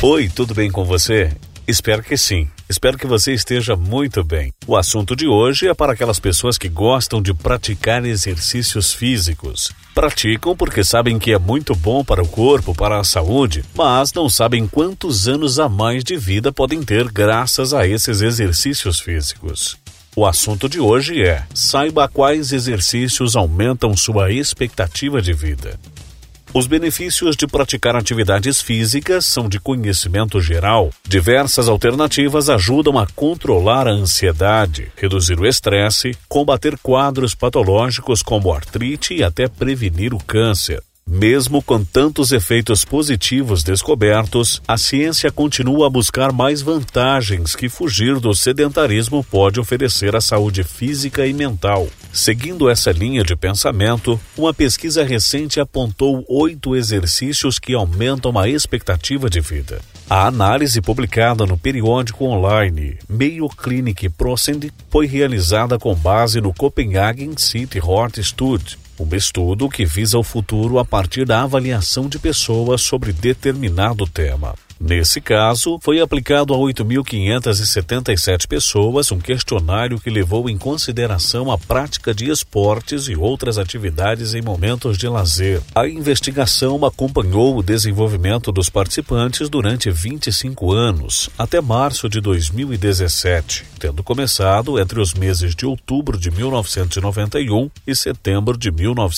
Oi, tudo bem com você? Espero que sim. Espero que você esteja muito bem. O assunto de hoje é para aquelas pessoas que gostam de praticar exercícios físicos. Praticam porque sabem que é muito bom para o corpo, para a saúde, mas não sabem quantos anos a mais de vida podem ter graças a esses exercícios físicos. O assunto de hoje é: saiba quais exercícios aumentam sua expectativa de vida. Os benefícios de praticar atividades físicas são de conhecimento geral. Diversas alternativas ajudam a controlar a ansiedade, reduzir o estresse, combater quadros patológicos como artrite e até prevenir o câncer. Mesmo com tantos efeitos positivos descobertos, a ciência continua a buscar mais vantagens que fugir do sedentarismo pode oferecer à saúde física e mental. Seguindo essa linha de pensamento, uma pesquisa recente apontou 8 exercícios que aumentam a expectativa de vida. A análise publicada no periódico online Mayo Clinic Procedure foi realizada com base no Copenhagen City Heart Study, um estudo que visa o futuro a partir da avaliação de pessoas sobre determinado tema. Nesse caso, foi aplicado a 8.577 pessoas um questionário que levou em consideração a prática de esportes e outras atividades em momentos de lazer. A investigação acompanhou o desenvolvimento dos participantes durante 25 anos, até março de 2017, tendo começado entre os meses de outubro de 1991 e setembro de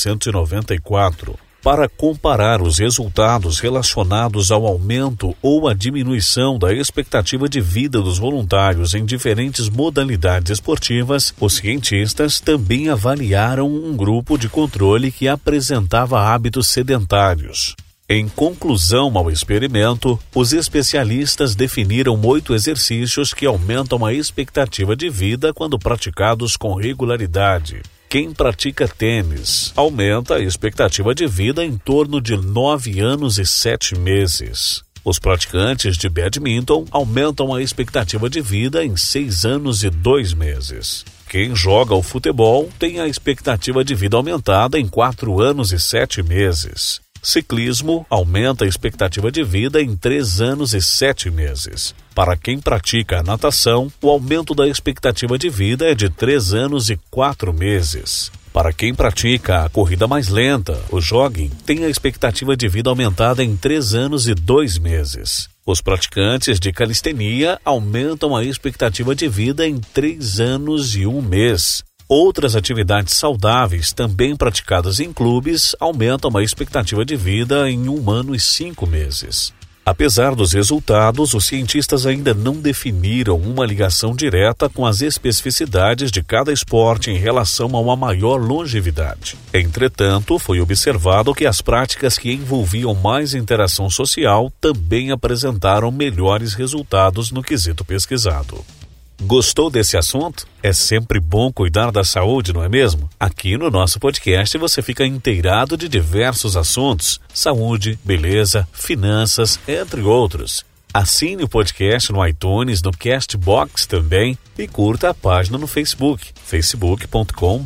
1994. Para comparar os resultados relacionados ao aumento ou à diminuição da expectativa de vida dos voluntários em diferentes modalidades esportivas, os cientistas também avaliaram um grupo de controle que apresentava hábitos sedentários. Em conclusão ao experimento, os especialistas definiram 8 exercícios que aumentam a expectativa de vida quando praticados com regularidade. Quem pratica tênis aumenta a expectativa de vida em torno de 9 anos e 7 meses. Os praticantes de badminton aumentam a expectativa de vida em 6 anos e 2 meses. Quem joga o futebol tem a expectativa de vida aumentada em 4 anos e 7 meses. Ciclismo aumenta a expectativa de vida em 3 anos e 7 meses. Para quem pratica a natação, o aumento da expectativa de vida é de 3 anos e 4 meses. Para quem pratica a corrida mais lenta, o jogging, tem a expectativa de vida aumentada em 3 anos e 2 meses. Os praticantes de calistenia aumentam a expectativa de vida em 3 anos e 1 mês. Outras atividades saudáveis, também praticadas em clubes, aumentam a expectativa de vida em 1 ano e 5 meses. Apesar dos resultados, os cientistas ainda não definiram uma ligação direta com as especificidades de cada esporte em relação a uma maior longevidade. Entretanto, foi observado que as práticas que envolviam mais interação social também apresentaram melhores resultados no quesito pesquisado. Gostou desse assunto? É sempre bom cuidar da saúde, não é mesmo? Aqui no nosso podcast você fica inteirado de diversos assuntos: saúde, beleza, finanças, entre outros. Assine o podcast no iTunes, no Castbox também, e curta a página no Facebook,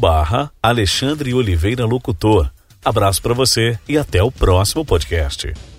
facebook.com/Alexandre Oliveira Locutor. Abraço para você e até o próximo podcast.